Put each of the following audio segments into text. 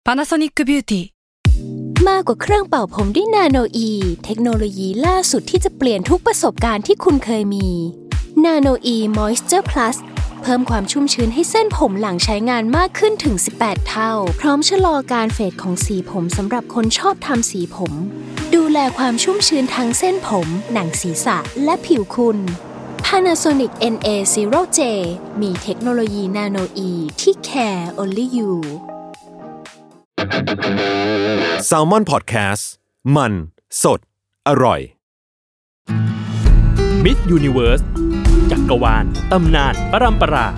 Panasonic Beauty มากกว่าเครื่องเป่าผมด้วยนาโนอีเทคโนโลยีล่าสุดที่จะเปลี่ยนทุกประสบการณ์ที่คุณเคยมีนาโนอีมอยส์เจอร์พลัสเพิ่มความชุ่มชื้นให้เส้นผมหลังใช้งานมากขึ้นถึง18เท่าพร้อมชะลอการเฟดของสีผมสำหรับคนชอบทำสีผมดูแลความชุ่มชื้นทั้งเส้นผมหนังศีรษะและผิวคุณ Panasonic NA0J มีเทคโนโลยีนาโนอีที่ care only you Salmon Podcast มันสดอร่อย Miss Universe จักรวาลตำนานปรัมปราส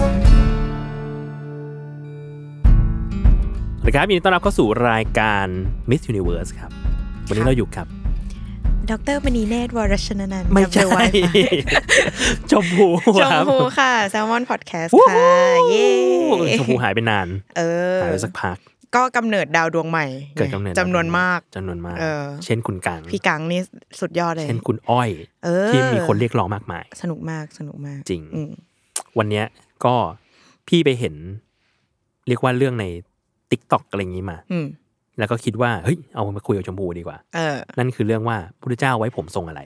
วัสดีครับยินดีต้อนรับเข้าสู่รายการ Miss Universe ครับวันนี้เราอยู่กับดร.มณีเนตรวรชนนันท์ไม่ใช่ชมพูค่ะ Salmon Podcast ค่ะเย้ชมพูหายไปนานหายไปสักพักก็กำเนิดดาวดวงใหม่จำนวนมากเช่นคุณกังพี่กังนี่สุดยอดเลยเช่นคุณอ้อยที่มีคนเรียกร้องมากมายสนุกมากจริงวันนี้ก็พี่ไปเห็นเรียกว่าเรื่องใน TikTok อะไรอย่างงี้มาแล้วก็คิดว่าเฮ้ยเอามาคุยกับชมพูดีกว่านั่นคือเรื่องว่าพุทธเจ้าไว้ผมทรงอะไร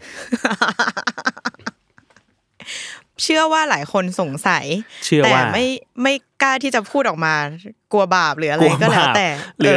เชื่อว่าหลายคนสงสัยแต่ไม่กล้าที่จะพูดออกมากลัวบาปหรืออะไรก็แล้วแต่หรือ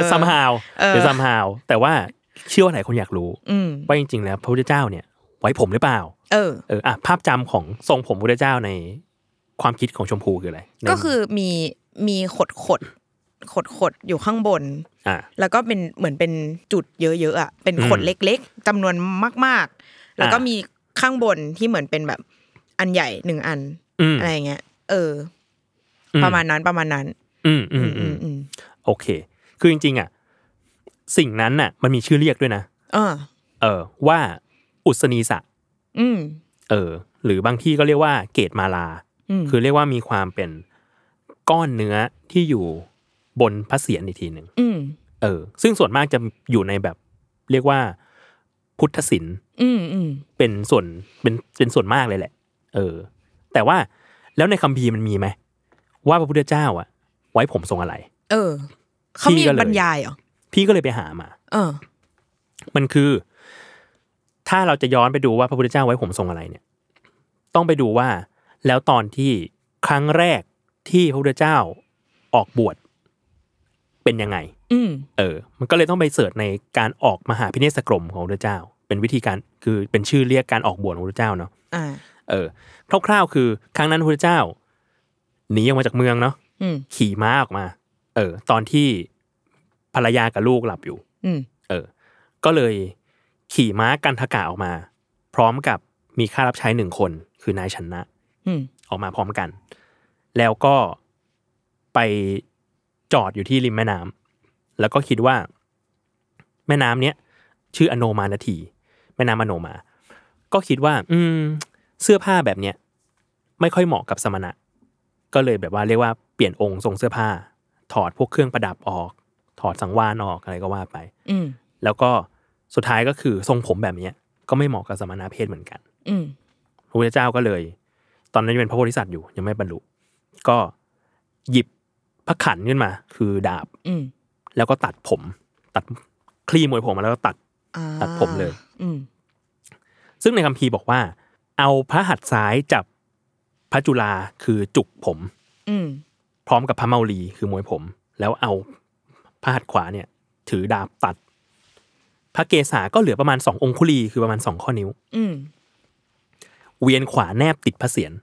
somehow แต่ว่าเชื่อว่าหลายคนอยากรู้ว่าจริงๆแล้วพระพุทธเจ้าเนี่ยไว้ผมหรือเปล่าภาพจำของทรงผมพุทธเจ้าในความคิดของชมพูคืออะไรก็คือมีขดอยู่ข้างบนแล้วก็เป็นเหมือนเป็นจุดเยอะๆอ่ะเป็นขดเล็กๆจำนวนมากๆแล้วก็มีข้างบนที่เหมือนเป็นแบบอันใหญ่1อันอะไรเงี้ยประมาณนั้นโอเคคือจริงๆอ่ะสิ่งนั้นน่ะมันมีชื่อเรียกด้วยนะว่าอุศนีสะหรือบางที่ก็เรียกว่าเกตมาลาคือเรียกว่ามีความเป็นก้อนเนื้อที่อยู่บนพระเศียรอีกทีนึงซึ่งส่วนมากจะอยู่ในแบบเรียกว่าพุทธศิลป์เป็นส่วนมากเลยแหละแต่ว่าแล้วในคัมภีร์มันมีไหมว่าพระพุทธเจ้าอ่ะไว้ผมทรงอะไรเขามีบรรยายเหรอพี่ก็เลยไปหามามันคือถ้าเราจะย้อนไปดูว่าพระพุทธเจ้าไว้ผมทรงอะไรเนี่ยต้องไปดูว่าแล้วตอนที่ครั้งแรกที่พระพุทธเจ้าออกบวชเป็นยังไงมันก็เลยต้องไปเสิร์ชในการออกมหาพิเนศกรมของพระพุทธเจ้าเป็นวิธีการคือเป็นชื่อเรียกการออกบวชของพระพุทธเจ้าเนาะคร่าวๆคือครั้งนั้นพระพุทธเจ้าหนีออกมาจากเมืองเนาะขี่ม้าออกมาตอนที่ภรรยากับลูกหลับอยู่ก็เลยขี่ม้ากันทกะออกมาพร้อมกับมีข้ารับใช้1คนคือนายชนะออกมาพร้อมกันแล้วก็ไปจอดอยู่ที่ริมแม่น้ำแล้วก็คิดว่าแม่น้ำเนี้ยชื่ออโนมานาทีแม่น้ำอโนมาก็คิดว่าเสื้อผ้าแบบเนี้ยไม่ค่อยเหมาะกับสมณะก็เลยแบบว่าเรียกว่าเปลี่ยนองค์ทรงเสื้อผ้าถอดพวกเครื่องประดับออกถอดสังวาลออกอะไรก็ว่าไปแล้วก็สุดท้ายก็คือทรงผมแบบนี้ก็ไม่เหมาะกับสมณะเพศเหมือนกันพระพุทธเจ้าก็เลยตอนนั้นยังเป็นพระโพธิสัตว์อยู่ยังไม่บรรลุก็หยิบพระขันขึ้นมาคือดาบแล้วก็ตัดคลี่มวยผมมาแล้วก็ตัดผมเลยซึ่งในคัมภีร์บอกว่าเอาพระหัตถ์ซ้ายจับพระจุลาคือจุกผมพร้อมกับพระเมาลีคือมวยผมแล้วเอาพระหัตถ์ขวาเนี่ยถือดาบตัดพระเกศาก็เหลือประมาณ2องคุลีคือประมาณ2ข้อนิ้วเวียนขวาแนบติดพระเศียร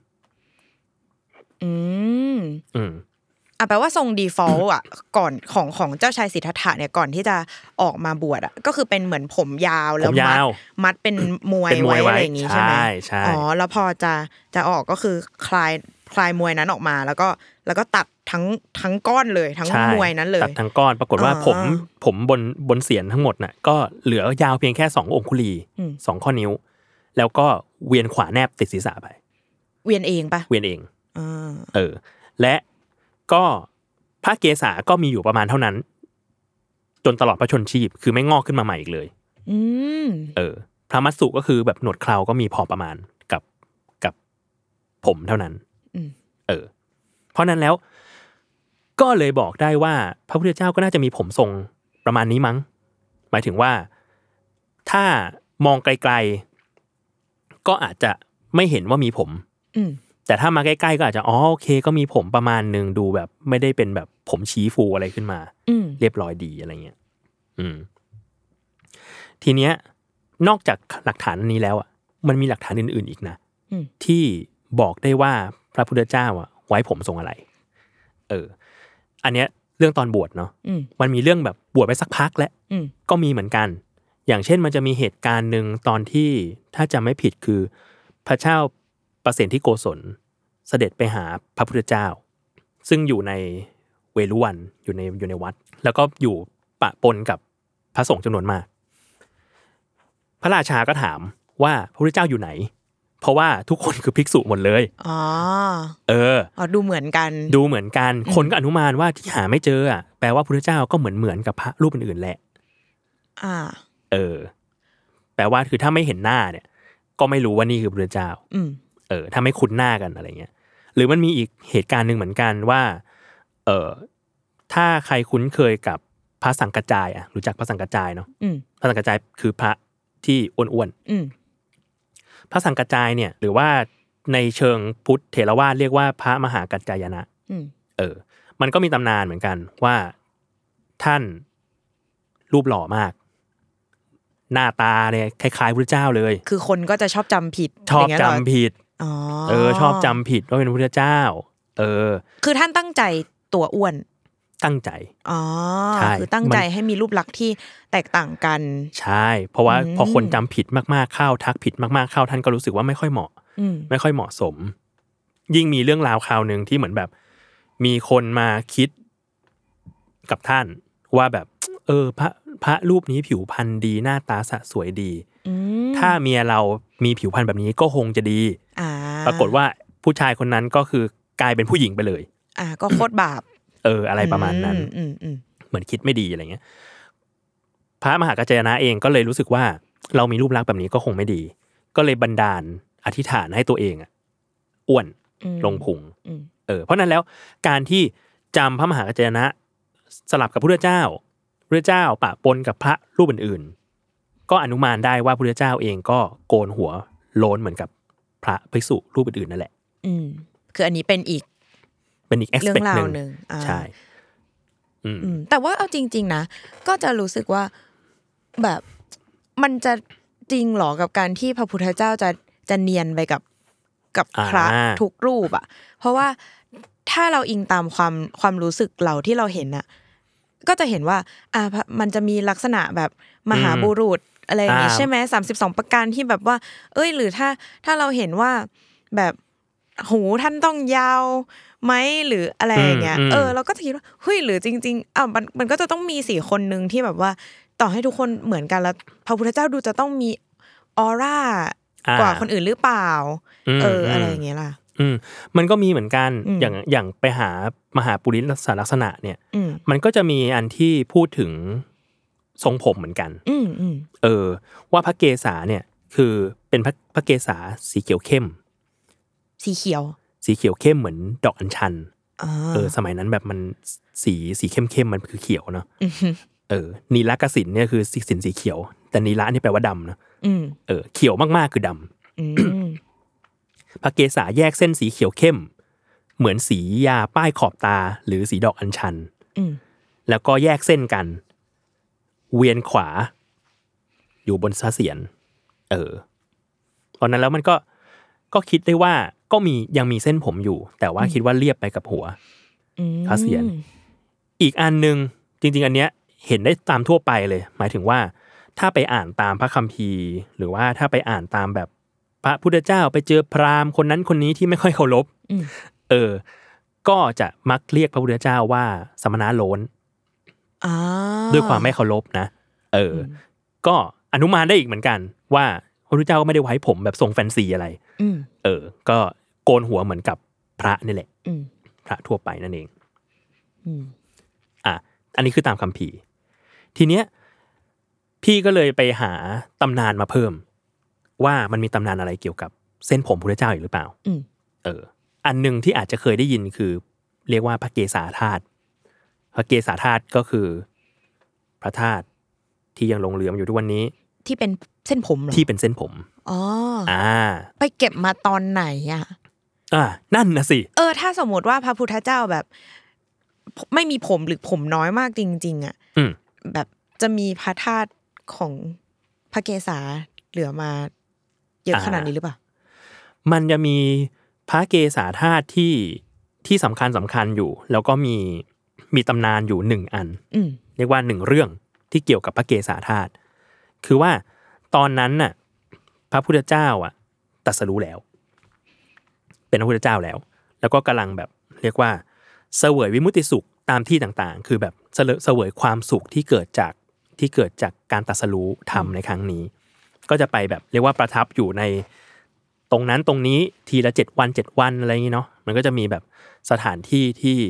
แปลว่าทรง default อ่ะก่อนของเจ้าชายสิทธัตถะเนี่ยก่อนที่จะออกมาบวชอ่ะก็คือเป็นเหมือนผมยาวแล้วมัดเป็นมวยไว้อะไรอย่างงี้ใช่มั้ยแล้วพอจะออกก็คือคลายมวยนั้นออกมาแล้วก็ตัดทั้งก้อนเลยทั้งมวยนั้นเลยตัดทั้งก้อนปรากฏว่าผมบนเศียรทั้งหมดน่ะก็เหลือยาวเพียงแค่2องคุลี2ข้อนิ้วแล้วก็เวียนขวาแนบติดศีรษะไปเวียนเองปะเวียนเองและก็พระเกศาก็มีอยู่ประมาณเท่านั้นจนตลอดพระชนชีพคือไม่งอกขึ้นมาใหม่อีกเลยพระมัสสุก็คือแบบหนวดเคราก็มีพอประมาณกับผมเท่านั้นเพราะนั้นแล้วก็เลยบอกได้ว่าพระพุทธเจ้าก็น่าจะมีผมทรงประมาณนี้มั้งหมายถึงว่าถ้ามองไกลๆก็อาจจะไม่เห็นว่ามีผมแต่ถ้ามาใกล้ๆก็อาจจะโอเคก็มีผมประมาณนึงดูแบบไม่ได้เป็นแบบผมชี้ฟูอะไรขึ้นมาเรียบร้อยดีอะไรเงี้ยทีเนี้ยนอกจากหลักฐานนี้แล้วอ่ะมันมีหลักฐานอื่นๆอีกนะที่บอกได้ว่าพระพุทธเจ้าอ่ะไว้ผมทรงอะไรอันเนี้ยเรื่องตอนบวชเนาะมันมีเรื่องแบบบวชไปสักพักแล้วก็มีเหมือนกันอย่างเช่นมันจะมีเหตุการณ์นึงตอนที่ถ้าจำไม่ผิดคือพระเจ้าประเสนที่โกศลเสด็จไปหาพระพุทธเจ้าซึ่งอยู่ในเวฬุวันอยู่ในวัดแล้วก็อยู่ปะปนกับพระสงฆ์จำนวนมากพระราชาก็ถามว่าพระพุทธเจ้าอยู่ไหนเพราะว่าทุกคนคือภิกษุหมดเลยดูเหมือนกันคนก็อนุมานว่าที่หาไม่เจออ่ะแปลว่าพระพุทธเจ้าก็เหมือนกับพระรูปอื่นๆแหละแปลว่าคือถ้าไม่เห็นหน้าเนี่ยก็ไม่รู้ว่านี่คือพระพุทธเจ้าถ้าไม่คุ้นหน้ากันอะไรเงี้ยหรือมันมีอีกเหตุการณ์นึงเหมือนกันว่าถ้าใครคุ้นเคยกับพระสังกัจจายรู้จักพระสังกัจจายเนาะพระสังกัจจายคือพระที่อ้วนๆพระสังกัจจายเนี่ยหรือว่าในเชิงพุทธเถรวาทเรียกว่าพระมหากัจจายนะมันก็มีตำนานเหมือนกันว่าท่านรูปหล่อมากหน้าตาเนี่ยคล้ายๆพระเจ้าเลยคือคนก็จะชอบจำผิดชอบจำผิดชอบจำผิดว่าเป็นพระเจ้าคือท่านตั้งใจตัวอ้วนตั้งใจใช่คือตั้งใจให้มีรูปลักษณ์ที่แตกต่างกันใช่เพราะว่าพอคนจำผิดมากๆเข้าทักผิดมากๆเข้าท่านก็รู้สึกว่าไม่ค่อยเหมาะไม่ค่อยเหมาะสมยิ่งมีเรื่องราวคราวนึงที่เหมือนแบบมีคนมาคิดกับท่านว่าแบบพระรูปนี้ผิวพรรณดีหน้าตาสะสวยดีถ้าเมียเรามีผิวพรรณแบบนี้ก็คงจะดีปรากฏว่าผู้ชายคนนั้นก็คือกลายเป็นผู้หญิงไปเลยก็โคตรบาปอะไรประมาณนั้นเหมือนคิดไม่ดีอะไรเงี้ยพระมหากัจจายนะเองก็เลยรู้สึกว่าเรามีรูปลักษณ์แบบนี้ก็คงไม่ดีก็เลยบันดาลอธิษฐานให้ตัวเองอ้วนลงพุงเพราะนั้นแล้วการที่จำพระมหากัจจายนะสลับกับพระพุทธเจ้าปะปนกับพระรูปอื่นๆก็อนุมานได้ว่าพระพุทธเจ้าเองก็โกนหัวโล้นเหมือนกับพระภิกษุรูปอื่นๆนั่นแหละคืออันนี้เป็นอีกเรื่องราวนึงใช่แต่ว่าเอาจริงๆนะก็จะรู้สึกว่าแบบมันจะจริงหรอกับการที่พระพุทธเจ้าจะเนียนไปกับพระทุกรูปเพราะว่าถ้าเราอิงตามความรู้สึกเราที่เราเห็นก็จะเห็นว่ามันจะมีลักษณะแบบมหาบุรุษอะไรอย่างงี้ใช่ไหม32ประการที่แบบว่าหรือถ้าเราเห็นว่าแบบหูท่านต้องยาวไหมหรืออะไรอย่างเงี้ยเราก็จะคิดว่าเฮ้ยหรือจริงๆมันก็จะต้องมี4คนนึงที่แบบว่าต่อให้ทุกคนเหมือนกันแล้วพระพุทธเจ้าดูจะต้องมีออร่ากว่าคนอื่นหรือเปล่าอะไรอย่างเงี้ยล่ะมันก็มีเหมือนกันอย่างไปหามหาปุริสลักษณะเนี่ยมันก็จะมีอันที่พูดถึงทรงผมเหมือนกันว่าพระเกศาเนี่ยคือเป็นพระเกศาสีเขียวเข้มสีเขียวเข้มเหมือนดอกอัญชันสมัยนั้นแบบมันสีเข้มมันคือเขียวเนาะนีลกสิณเนี่ยคือสิณสีเขียวแต่นีละนี่แปลว่าดำนะเขียวมากๆคือดำพระเกศาแยกเส้นสีเขียวเข้มเหมือนสียาป้ายขอบตาหรือสีดอกอัญชันแล้วก็แยกเส้นกันเวียนขวาอยู่บนเสถียรตอนนั้นแล้วมันก็คิดได้ว่าก็ยังมีเส้นผมอยู่แต่ว่าคิดว่าเรียบไปกับหัวพระเศียรอีกอันนึงจริงๆอันเนี้ยเห็นได้ตามทั่วไปเลยหมายถึงว่าถ้าไปอ่านตามพระคัมภีร์หรือว่าถ้าไปอ่านตามแบบพระพุทธเจ้าไปเจอพราหมณ์คนนั้นคนนี้ที่ไม่ค่อยเคารพก็จะมักเรียกพระพุทธเจ้าว่าสมณะโล้นด้วยความไม่เคารพนะก็อนุมานได้อีกเหมือนกันว่าพระพุทธเจ้าก็ไม่ได้ไว้ผมแบบทรงแฟนซีอะไรก็โกนหัวเหมือนกับพระนี่แหละพระทั่วไปนั่นเองอันนี้คือตามคัมภีร์ทีเนี้ยพี่ก็เลยไปหาตำนานมาเพิ่มว่ามันมีตำนานอะไรเกี่ยวกับเส้นผมพระพุทธเจ้าอีกหรือเปล่าอันนึงที่อาจจะเคยได้ยินคือเรียกว่าพระเกศาธาตุพระเกศาธาตุก็คือพระธาตุที่ยังหลงเหลืออยู่ทุกวันนี้ที่เป็นเส้นผมเหรอที่เป็นเส้นผมอ๋อไปเก็บมาตอนไหนอ่ะนั่นนะสิถ้าสมมติว่าพระพุทธเจ้าแบบไม่มีผมหรือผมน้อยมากจริงๆอ่ะแบบจะมีพระธาตุของพระเกศาเหลือมาเยอะขนาดนี้หรือเปล่ามันจะมีพระเกศาธาตุที่สำคัญอยู่แล้วก็มีตำนานอยู่1อันเรียกว่า1เรื่องที่เกี่ยวกับพระเกศาธาตุคือว่าตอนนั้นน่ะพระพุทธเจ้าตรัสรู้แล้วเป็นพระพุทธเจ้าแล้วก็กำลังแบบเรียกว่าเสวยวิมุตติสุขตามที่ต่างๆคือแบบเสวยความสุขที่เกิดจากการตรัสรู้ธรรมในครั้งนี้ก็จะไปแบบเรียกว่าประทับอยู่ในตรงนั้นตรงนี้ทีละ7 วันอะไรอย่างงี้เนาะมันก็จะมีแบบสถานที่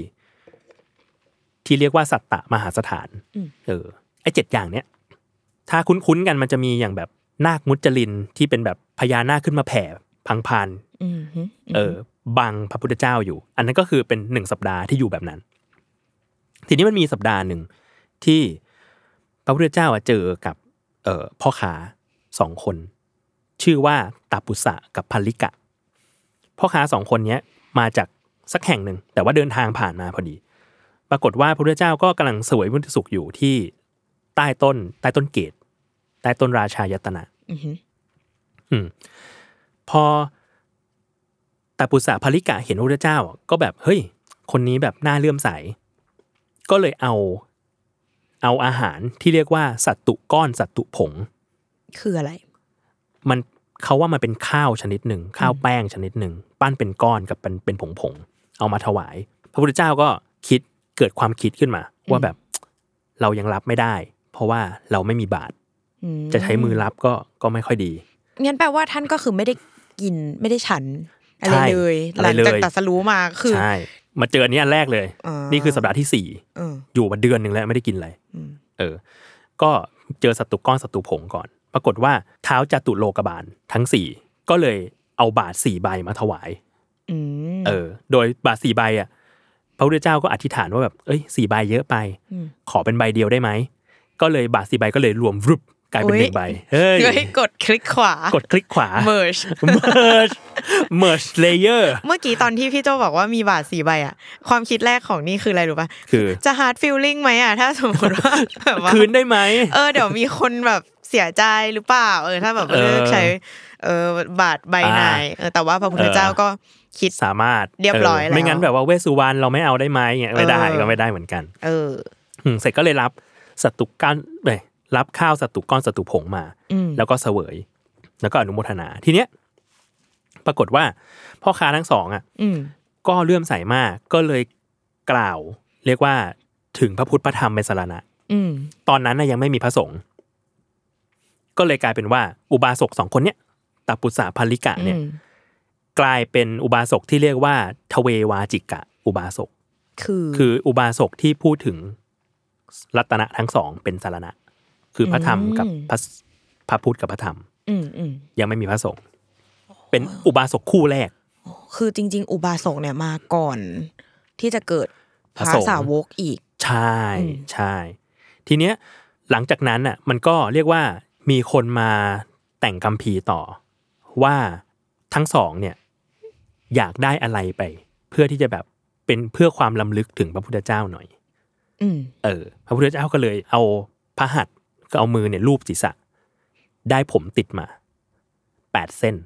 ที่เรียกว่าสัตตมหาสถานไอ้7อย่างเนี้ยถ้าคุ้นๆกันมันจะมีอย่างแบบนาคมุจลินที่เป็นแบบพญานาคขึ้นมาแผ่พังพานบังพระพุทธเจ้าอยู่อันนั้นก็คือเป็น1สัปดาห์ที่อยู่แบบนั้นทีนี้มันมีสัปดาห์นึงที่พระพุทธเจ้าเจอกับพ่อค้า2คนชื่อว่าตาปุสะกับพัลลิกะพ่อค้า2คนนี้มาจากสักแห่งนึงแต่ว่าเดินทางผ่านมาพอดีปรากฏว่าพระพุทธเจ้าก็กำลังเสวยมุตติสุขอยู่ที่ใต้ต้นเกศใต้ต้นราชายตนะพอตาปุสะพัลลิกะเห็นพระพุทธเจ้าก็แบบเฮ้ยคนนี้แบบน่าเลื่อมใสก็เลยเอาอาหารที่เรียกว่าสัตตุก้อนสัตตุผงคืออะไรมันเขาว่ามันเป็นข้าวชนิดหนึ่งข้าวแป้งชนิดหนึ่งปั้นเป็นก้อนกับเป็นผงเอามาถวายพระพุทธเจ้าก็เกิดความคิดขึ้นมาว่าแบบเรายังรับไม่ได้เพราะว่าเราไม่มีบาตรจะใช้มือรับก็ไม่ค่อยดีงั้นแปลว่าท่านก็คือไม่ได้กินไม่ได้ฉันอะไรเลยหลังจากตรัสรู้มาคือใช่มาเจออันนี้อันแรกเลยนี่คือสัปดาห์ที่4อยู่มาเดือนนึงแล้วไม่ได้กินอะไรก็เจอสัตตุก้อนสัตตุผงก่อนปรากฏว่าท้าวจตุโลกบาลทั้ง4ก็เลยเอาบาตร4ใบมาถวายโดยบาตร4ใบพระพุทธเจ้าก็อธิษฐานว่าแบบ4ใบเยอะไปขอเป็นใบเดียวได้ไหมก็เลยบาตร4ใบก็เลยรวมรึบกลายเป็น1ใบเฮ้ยกดคลิกขวา merge layer เมื่อกี้ตอนที่พี่โจบอกว่ามีบาตร4ใบความคิดแรกของนี่คืออะไรรู้ป่ะคือจะ hard feeling มั้ยถ้าสมมุติว่าแบบว่าคืนได้มั้ยเดี๋ยวมีคนแบบเสียใจหรือเปล่าถ้าแบบเลือกใช้บาตรใบไหนแต่ว่าพระพุทธเจ้าก็คิดสามารถเรียบร้อยแล้วไม่งั้นแบบว่าเวสสุวรรณเราไม่เอาได้มั้ยเงี้ยไม่ได้ก็ไม่ได้เหมือนกันเสร็จก็เลยรับสัตตุก้อนรับข้าวสัตตุก้อนสัตตุผงมาแล้วก็เสวยแล้วก็อนุโมทนาทีเนี้ยปรากฏว่าพ่อค้าทั้ง2ก็เลื่อมใสมากก็เลยกล่าวเรียกว่าถึงพระพุทธพระธรรมเป็นสรณะตอนนั้นยังไม่มีพระสงฆ์ก็เลยกลายเป็นว่าอุบาสก2คนเนี้ยตาปุสะพัลลิกะเนี่ยกลายเป็นอุบาสกที่เรียกว่าทเววาจิกะอุบาสกคืออุบาสกที่พูดถึงรัตนะทั้ง2เป็นสรณะคือพระธรรมกับพระพุทธกับพระธรรมยังไม่มีพระสงฆ์เป็นอุบาสกคู่แรกคือจริงๆอุบาสกเนี่ยมาก่อนที่จะเกิดพระสาวกอีกใช่ทีเนี้ยหลังจากนั้นมันก็เรียกว่ามีคนมาแต่งคัมภีร์ต่อว่าทั้ง2เนี่ยอยากได้อะไรไปเพื่อที่จะแบบเป็นเพื่อความล้ำลึกถึงพระพุทธเจ้าหน่อยพระพุทธเจ้าก็เลยเอาพระหัตถ์ก็เอามือเนี่ยลูบศีรษะได้ผมติดมา8เส้น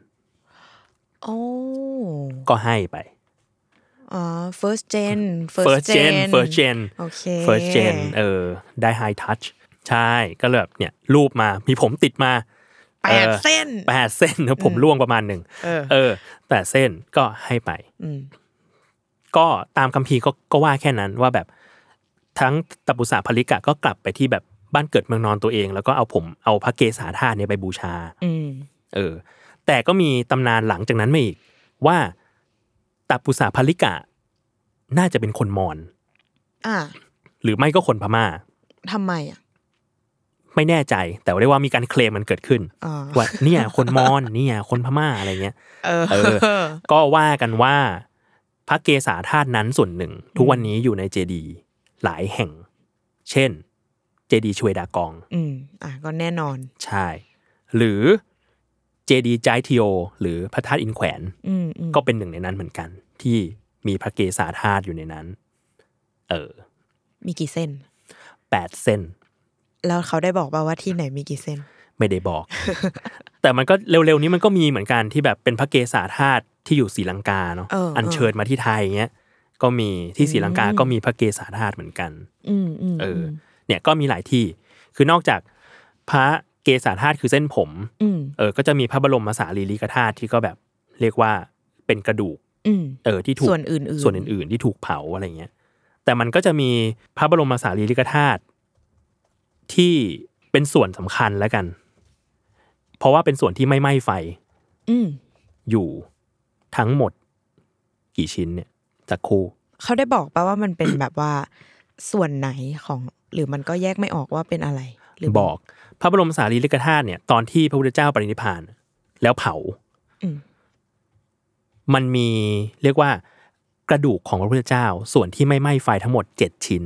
ก็ให้ไป first gen โอเค first gen ได้ high touch ใช่ก็เลยแบบเนี่ยรูปมามีผมติดมา 8เส้นแล้วผมร่วงประมาณนึง8เส้นก็ให้ไปก็ตามคัมภีร์ก็ว่าแค่นั้นว่าแบบทั้งตาปุสะพัลลิกะก็กลับไปที่แบบบ้านเกิดเมืองนอนตัวเองแล้วก็เอาพระเกศาธาตุเนี่ยไปบูชาแต่ก็มีตำนานหลังจากนั้นมาอีกว่าตาปุสะพัลลิกะน่าจะเป็นคนมอญหรือไม่ก็คนพม่าทำไมไม่แน่ใจแต่เรียกว่ามีการเคลมมันเกิดขึ้นว่าเนี่ยคนมอญเนี่ยคนพม่าอะไรเงี้ยก็ว่ากันว่าพระเกศาธาตุนั้นส่วนหนึ่งทุกวันนี้อยู่ในเจดีย์หลายแห่งเช่นเจดีย์ชเวดากองก็แน่นอนใช่หรือเจดีย์ไจทิโอหรือพระธาตุอินแขวนก็เป็นหนึ่งในนั้นเหมือนกันที่มีพระเกศาธาตุอยู่ในนั้นมีกี่เส้น 8เส้นแล้วเขาได้บอกป่าวว่าที่ไหนมีกี่เส้นไม่ได้บอก แต่มันก็เร็วๆนี้มันก็มีเหมือนกันที่แบบเป็นพระเกศาธาตุที่อยู่ศรีลังกาเนาะอัญเชิญมาที่ไทยเงี้ยก็มีที่ศรีลังกาก็มีพระเกศาธาตุเหมือนกันเนี่ยก็มีหลายที่คือนอกจากพระเกศาธาตุคือเส้นผมก็จะมีพระบรมสารีริกธาตุที่ก็แบบเรียกว่าเป็นกระดูกที่ถูกส่วนอื่นๆที่ถูกเผาอะไรเงี้ยแต่มันก็จะมีพระบรมสารีริกธาตุที่เป็นส่วนสำคัญแล้วกันเพราะว่าเป็นส่วนที่ไม่ไหม้ไฟอยู่ทั้งหมดกี่ชิ้นเนี่ยจากคู่เขาได้บอกป่ะว่ามันเป็นแบบว่าส่วนไหนของหรือมันก็แยกไม่ออกว่าเป็นอะไรหรือบอกพระบรมสารีริกธาตุเนี่ยตอนที่พระพุทธเจ้าปรินิพพานแล้วเผามันมีเรียกว่ากระดูกของพระพุทธเจ้าส่วนที่ไม่ไหม้ไฟทั้งหมด7ชิ้น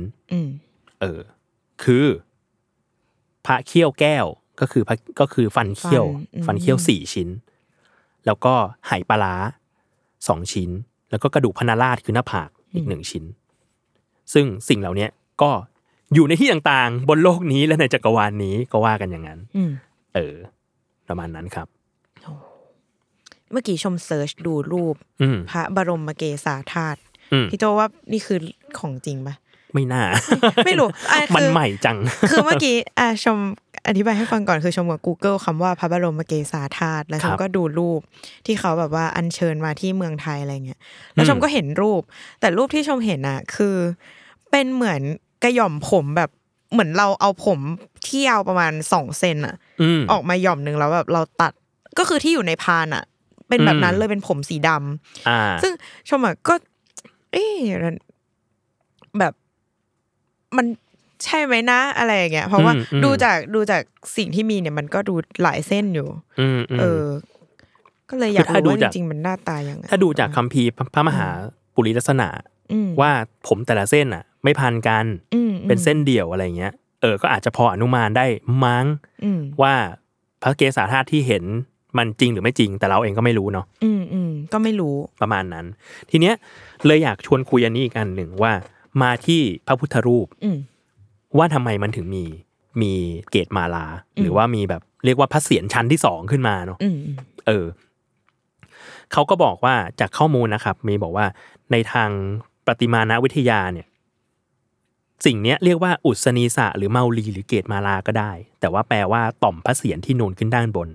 คือพระเขี้ยวแก้วก็คือฟันเขี้ยว4ชิ้นแล้วก็ไหปลาร้า2ชิ้นแล้วก็กระดูกพรรณราชคือหน้าผากอีก1ชิ้นซึ่งสิ่งเหล่านี้ก็อยู่ในที่ต่างๆบนโลกนี้และในจักรวาลนี้ก็ว่ากันอย่างนั้นประมาณนั้นครับเมื่อกี้ชมเซิร์ชดูรูปพระบรมเกศาธาตุพี่โจว่านี่คือของจริงปะไม่น่าไม่รู้มันใหม่จังคือเมื่อกี้ชมอธิบายให้ฟังก่อนคือชมกับ Google คำว่าพระบรมเกศาธาตุแล้วชมก็ดูรูปที่เขาแบบว่าอัญเชิญมาที่เมืองไทยอะไรเงี้ยแล้วชมก็เห็นรูปแต่รูปที่ชมเห็นอ่ะคือเป็นเหมือนกระหย่อมผมแบบเหมือนเราเอาผมที่ยาวประมาณ2เซนอ่ะออกมาหย่อมนึงแล้วแบบเราตัดก็คือที่อยู่ในพานอ่ะเป็นแบบนั้นเลยเป็นผมสีดำซึ่งชมก็แบบมันใช่ไหมนะอะไรอย่างเงี้ยเพราะว่าดูจากสิ่งที่มีเนี่ยมันก็ดูหลายเส้นอยู่ก็เลยอยากรู้ว่าจริงๆมันหน้าตายังไงถ้าดูจากคัมภีร์พระมหาปุริลักษณะว่าผมแต่ละเส้นอ่ะไม่พันกันเป็นเส้นเดี่ยวอะไรเงี้ยก็อาจจะพออนุมานได้มั้งว่าพระเกศาธาตุที่เห็นมันจริงหรือไม่จริงแต่เราเองก็ไม่รู้เนาะก็ไม่รู้ประมาณนั้นทีเนี้ยเลยอยากชวนคุยอันนี้อีกอันหนึ่งว่ามาที่พระพุทธรูปว่าทำไมมันถึงมีเกศมาลาหรือว่ามีแบบเรียกว่าพระเศียรชั้นที่2ขึ้นมาเนาะเขาก็บอกว่าจากข้อมูลนะครับมีบอกว่าในทางประติมานวิทยาเนี่ยสิ่งนี้เรียกว่าอุศนีสะหรือเมาลีหรือเกศมาลาก็ได้แต่ว่าแปลว่าต่อมพระเศียรที่นูนขึ้นด้านบน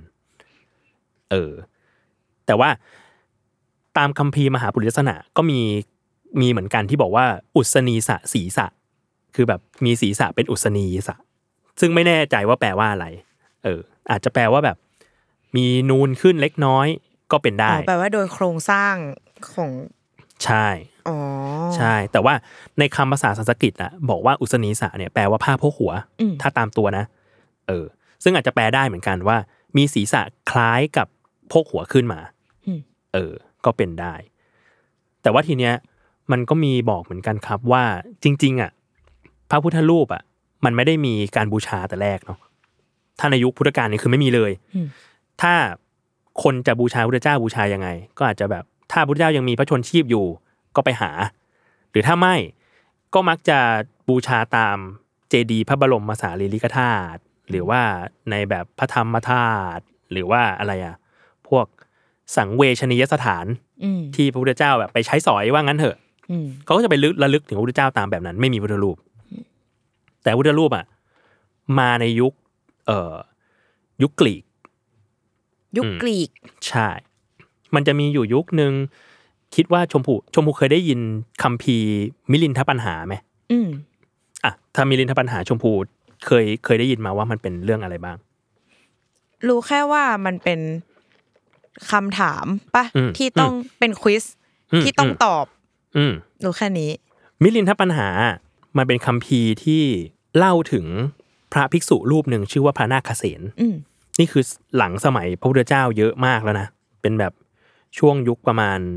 แต่ว่าตามคัมภีร์มหาปุริลักษณะก็มีเหมือนกันที่บอกว่าอุศนีสะศีสะคือแบบมีศีรษะเป็นอุศนีสะซึ่งไม่แน่ใจว่าแปลว่าอะไรอาจจะแปลว่าแบบมีนูนขึ้นเล็กน้อยก็เป็นได้แปลว่าโดยโครงสร้างของใช่ใช่แต่ว่าในคำภาษาสันสกฤตอะบอกว่าอุศนีสะเนี่ยแปลว่าผ้าโพกหัวถ้าตามตัวนะซึ่งอาจจะแปลได้เหมือนกันว่ามีศีรษะคล้ายกับโพกหัวขึ้นมาก็เป็นได้แต่ว่าทีเนี้ยมันก็มีบอกเหมือนกันครับว่าจริงๆอ่ะพระพุทธรูปอ่ะมันไม่ได้มีการบูชาแต่แรกเนาะถ้าในยุคพุทธกาลนี่คือไม่มีเลยถ้าคนจะบูชาพระพุทธเจ้าบูชายังไงก็อาจจะแบบถ้าพระพุทธเจ้ายังมีพระชนชีพอยู่ก็ไปหาหรือถ้าไม่ก็มักจะบูชาตามเจดีย์พระบรมสารีริกธาตุหรือว่าในแบบพระธรรมธาตุหรือว่าอะไรอ่ะพวกสังเวชนียสถานที่พระพุทธเจ้าแบบไปใช้สอยว่างั้นเถอะเขาก็จะไประลึกถึงพระพุทธเจ้าตามแบบนั้นไม่มีพุทธรูปแต่พุทธรูปอ่ะมาในยุคกรีกใช่มันจะมีอยู่ยุคนึงคิดว่าชมพูเคยได้ยินคัมภีร์มิลินทปัญหาไหมถ้ามิลินทปัญหาชมพูเคยได้ยินมาว่ามันเป็นเรื่องอะไรบ้างรู้แค่ว่ามันเป็นคำถามป่ะที่ต้องเป็นควิซที่ต้องตอบรู้แค่นี้มิลินทปัญหามันเป็นคัมภีร์ที่เล่าถึงพระภิกษุรูปหนึ่งชื่อว่าพระนาคเสนนี่คือหลังสมัยพระพุทธเจ้าเยอะมากแล้วนะเป็นแบบช่วงยุคประมาณ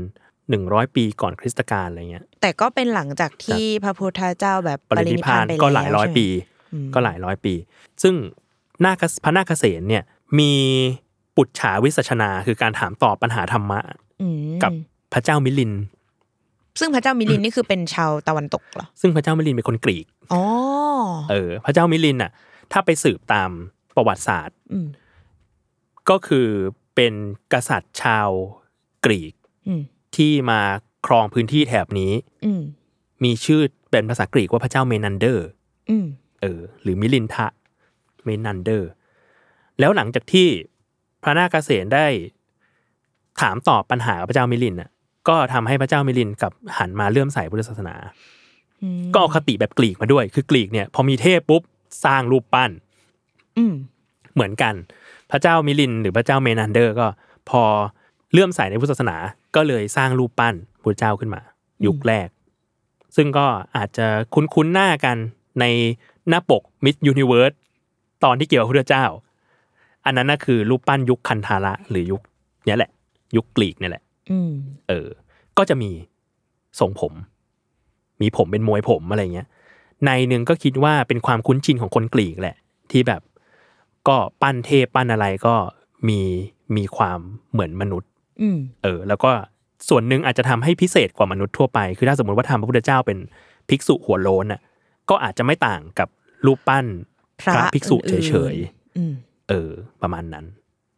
100 ปีก่อนคริสตกาลอะไรเงี้ยแต่ก็เป็นหลังจากที่พระพุทธเจ้าแบบปรินิพพานก็หลายร้อยปีก็หลายร้อยปีซึ่งพระนาคเษนเนี่ยมีปุจฉาวิสัชนาคือการถามตอบปัญหาธรรมะกับพระเจ้ามิลินซึ่งพระเจ้ามิลินนี่คือเป็นชาวตะวันตกเหรอซึ่งพระเจ้ามิลินเป็นคนกรีกอ๋อพระเจ้ามิลินน่ะถ้าไปสืบตามประวัติศาสตร์ก็คือเป็นกษัตริย์ชาวกรีกที่มาครองพื้นที่แถบนี้มีชื่อเป็นภาษากรีกว่าพระเจ้าเมนันเดอร์หรือมิลินทะเมนันเดอร์แล้วหลังจากที่พระนาคเษนได้ถามตอบปัญหากับพระเจ้ามิลินน่ะก็ทำให้พระเจ้ามิลินกับหันมาเลื่อมใสพุทธศาสนาก็เอาคติแบบกรีกมาด้วยคือกรีกเนี่ยพอมีเทพปุ๊บสร้างรูปปั้นเหมือนกันพระเจ้ามิลินหรือพระเจ้าเมนันเดอร์ก็พอเลื่อมใสในพุทธศาสนาก็เลยสร้างรูปปั้นพระเจ้าขึ้นมายุคแรกซึ่งก็อาจจะคุ้นๆหน้ากันในหน้าปก Miss Universe ตอนที่เกี่ยวกับพระเจ้าอันนั้นน่ะคือรูปปั้นยุคคันธาระหรือยุคเนี้ยแหละยุคกรีกเนี่ยแหละก็จะมีทรงผมมีผมเป็นมวยผมอะไรเงี้ยในนึงก็คิดว่าเป็นความคุ้นชินของคนกรีกแหละที่แบบก็ปั้นเทพปั้นอะไรก็มีความเหมือนมนุษย์แล้วก็ส่วนหนึ่งอาจจะทำให้พิเศษกว่ามนุษย์ทั่วไปคือถ้าสมมติว่าทำพระพุทธเจ้าเป็นภิกษุหัวโล้นน่ะก็อาจจะไม่ต่างกับรูปปั้นพระภิกษุเฉยๆประมาณนั้น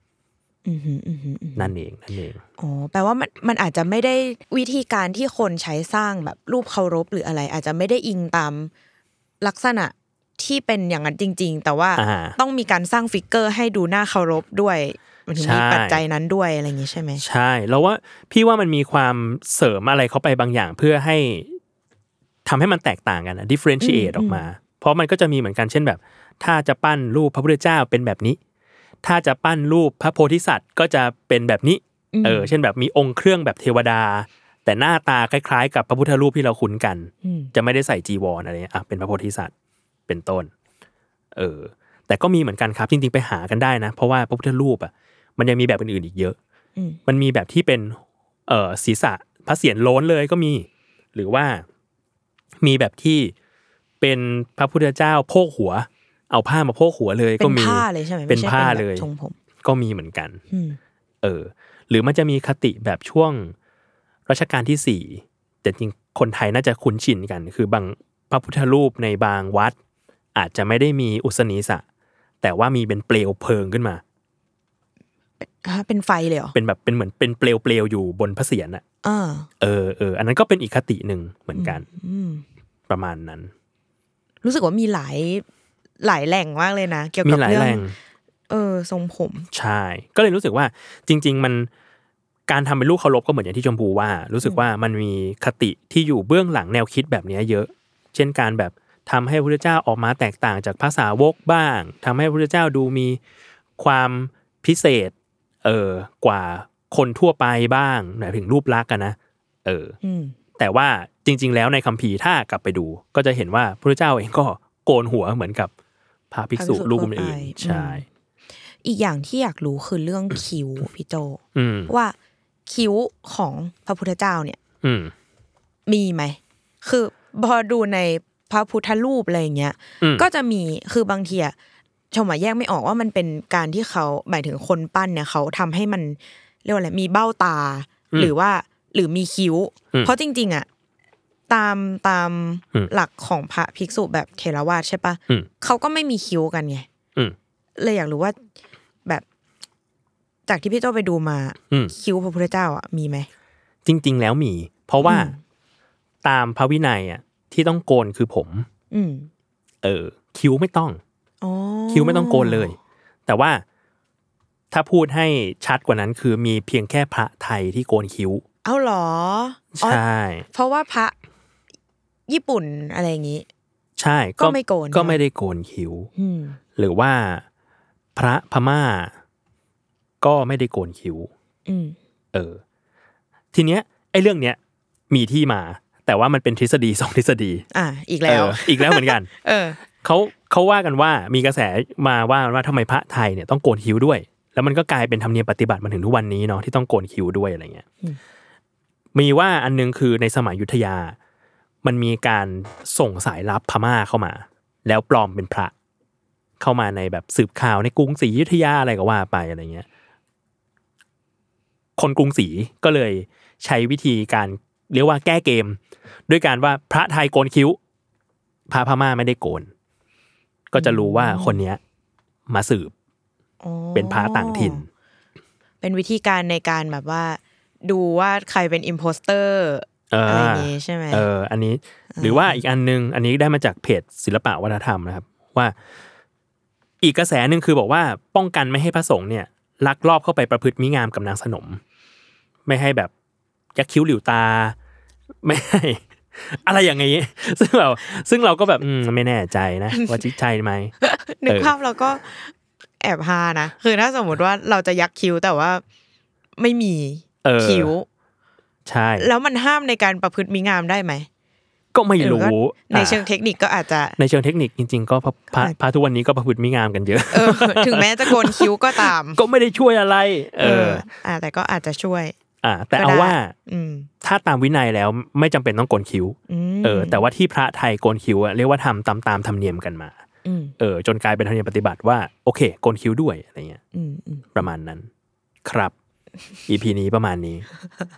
นั่นเองอ๋อแปลว่ามันอาจจะไม่ได้วิธีการที่คนใช้สร้างแบบรูปเคารพหรืออะไรอาจจะไม่ได้อิงตามลักษณะที่เป็นอย่างนั้นจริงๆแต่ว่าต้องมีการสร้างฟิกเกอร์ให้ดูน่าเคารพด้วยมันถึงมีปัจจัยนั้นด้วยอะไรอย่างนี้ใช่ไหมใช่แล้วว่าพี่ว่ามันมีความเสริมอะไรเข้าไปบางอย่างเพื่อให้ทำให้มันแตกต่างกันนะ differentiate ออกมาเพราะมันก็จะมีเหมือนกันเช่นแบบถ้าจะปั้นรูปพระพุทธเจ้าเป็นแบบนี้ถ้าจะปั้นรูปพระโพธิสัตว์ก็จะเป็นแบบนี้เช่นแบบมีองค์เครื่องแบบเทวดาแต่หน้าตาคล้ายๆกับพระพุทธรูปที่เราคุ้นกันจะไม่ได้ใส่จีวรอะไรเป็นพระโพธิสัตว์เป็นต้นแต่ก็มีเหมือนกันครับจริงๆไปหากันได้นะเพราะว่าพระพุทธรูปมันยังมีแบบอื่นๆอีกเยอะมันมีแบบที่เป็นศีรษะพระเศียรโล้นเลยก็มีหรือว่ามีแบบที่เป็นพระพุทธเจ้าโพกหัวเอาผ้ามาโพกหัวเลยก็มีเป็นผ้าเลยใช่ไหมเป็นผ้าเลยก็มีเหมือนกันหรือมันจะมีคติแบบช่วงรัชกาลที่4แต่จริงคนไทยน่าจะคุ้นชินกันคือบางพระพุทธรูปในบางวัดอาจจะไม่ได้มีอุสนีสะแต่ว่ามีเป็นเปลวเพลิงขึ้นมาเป็นไฟเลยเหรอเป็นแบบเป็นเหมือนเป็นเปลวอยู่บนพระเศียรอ่ะอันนั้นก็เป็นอีกคตินึงเหมือนกันประมาณนั้นรู้สึกว่ามีหลายแหล่งมากเลยนะเกี่ยวกับเรื่องทรงผมใช่ก็เลยรู้สึกว่าจริงๆมันการทำเป็นรูปเคารพก็เหมือนอย่างที่ชมพูว่ารู้สึกว่ามันมีคติที่อยู่เบื้องหลังแนวคิดแบบนี้เยอะเช่นการแบบทำให้พระพุทธเจ้าออกมาแตกต่างจากภาษาวกบ้างทำให้พระพุทธเจ้าดูมีความพิเศษกว่าคนทั่วไปบ้างหมายถึงรูปลักษณ์กันนะแต่ว่าจริงๆแล้วในคัมภีร์ถ้ากลับไปดูก็จะเห็นว่าพระพุทธเจ้าเองก็โกนหัวเหมือนกับพระภิกษุรูปอื่นใช่อีกอย่างที่อยากรู้คือเรื่องคิ้วพี่โจว่าคิ้วของพระพุทธเจ้าเนี่ยมีไหมคือพอดูในพระพุทธรูปอะไรอย่างเงี้ยก็จะมีคือบางทีอะชมแยกไม่ออกว่ามันเป็นการที่เขาหมายถึงคนปั้นเนี่ยเขาทำให้มันเรียกว่าอะไรมีเบ้าตาหรือมีคิ้วเพราะจริงๆอะตามหลักของพระภิกษุแบบเถรวาทใช่ปะเขาก็ไม่มีคิ้วกันไงเลยอยากรู้ว่าแบบจากที่พี่โจ้ไปดูมาคิ้วพระพุทธเจ้าอ่ะมีไหมจริงๆแล้วมีเพราะว่าตามพระวินัยอ่ะที่ต้องโกนคือผมคิ้วไม่ต้องคิ้วไม่ต้องโกนเลยแต่ว่าถ้าพูดให้ชัดกว่านั้นคือมีเพียงแค่พระไทยที่โกนคิ้วเอาหรอใช่เพราะว่าพระญี่ปุ่นอะไรอย่างงี้ใช่ก็ไม่โกนก็ไม่ได้โกนคิ้วหรือว่าพระพม่าก็ไม่ได้โกนคิ้วทีเนี้ยไอ้เรื่องเนี้ยมีที่มาแต่ว่ามันเป็นทฤษฎี2ทฤษฎีอีกแล้วเหมือนกันเขาว่ากันว่ามีกระแสมาว่าทำไมพระไทยเนี่ยต้องโกนคิ้วด้วยแล้วมันก็กลายเป็นธรรมเนียมปฏิบัติมาถึงทุกวันนี้เนาะที่ต้องโกนคิ้วด้วยอะไรเงี้ยมีว่าอันนึงคือในสมัยอยุธยามันมีการส่งสายลับพม่าเข้ามาแล้วปลอมเป็นพระเข้ามาในแบบสืบข่าวในกรุงศรีอยุธยาอะไรก็ว่าไปอะไรเงี้ยคนกรุงศรีก็เลยใช้วิธีการเรียกว่าแก้เกมด้วยการว่าพระไทยโกนคิ้วพระพม่าไม่ได้โกนก็จะรู้ว่าคนเนี้ยมาสืบเป็นพระต่างถิ่นเป็นวิธีการในการแบบว่าดูว่าใครเป็นอิมโพสเตอร์อะไรอย่างงี้ใช่ไหมอันนี้หรือว่าอีกอันนึงอันนี้ได้มาจากเพจศิลปะวัฒนธรรมนะครับว่าอีกกระแสนึงคือบอกว่าป้องกันไม่ให้พระสงฆ์เนี่ยลักลอบเข้าไปประพฤติมิงามกับนางสนมไม่ให้แบบยักคิ้วหลิวตาไม่ให้อะไรอย่างงี้ซึ่งเราก็แบบไม่แน่ใจนะว่าใช่ไหมนึกภาพเราก็แอบฮานะคือถ้าสมมติว่าเราจะยักคิ้วแต่ว่าไม่มีคิ้วใช่แล้วมันห้ามในการประพฤติมิงามได้ไหมก็ไม่รู้ในเชิงเทคนิคก็อาจจะในเชิงเทคนิคจริงๆก็พระทุกวันนี้ก็ประพฤติมิงามกันเยอะถึงแม้จะโกนคิ้วก็ตามก็ไม่ได้ช่วยอะไรแต่ก็อาจจะช่วยแต่เอาว่าถ้าตามวินัยแล้วไม่จำเป็นต้องโกนคิ้วแต่ว่าที่พระไทยโกนคิ้วเรียกว่าทำตามธรรมเนียมกันมาจนกลายเป็นธรรมเนียมปฏิบัติว่าโอเคโกนคิ้วด้วยอะไรเงี้ยประมาณนั้นครับ EP นี้ประมาณนี้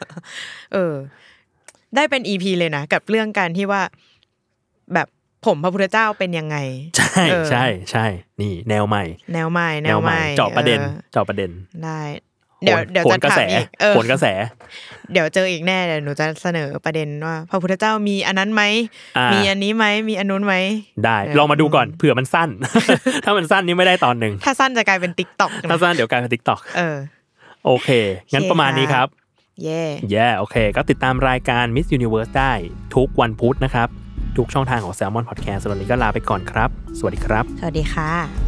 ได้เป็น EP เลยนะกับเรื่องการที่ว่าแบบผมพระพุทธเจ้าเป็นยังไงใช่ใช่ใช่นี่แนวใหม่เจาะประเด็นได้เดี๋ยวจะถามอีกผลกระแสเดี๋ยวเจออีกแน่เดี๋ยวหนูจะเสนอประเด็นว่าพระพุทธเจ้ามีอันนั้นไหมมีอันนี้ไหมมีอันนู้นไหมได้ลองมาดูก่อนเผื่อมันสั้น ถ้ามันสั้นนี่ไม่ได้ตอนนึงถ้าสั้นจะกลายเป็น TikTok ถ้าสั้นเดี๋ยวกลายเป็น TikTok โอเคงั้นประมาณนี้ครับโอเคก็ติดตามรายการ Miss Universe ได้ทุกวันพุธนะครับทุกช่องทางของ Salmon Podcast สำหรับวันนี้ก็ลาไปก่อนครับสวัสดีครับสวัสดีค่ะ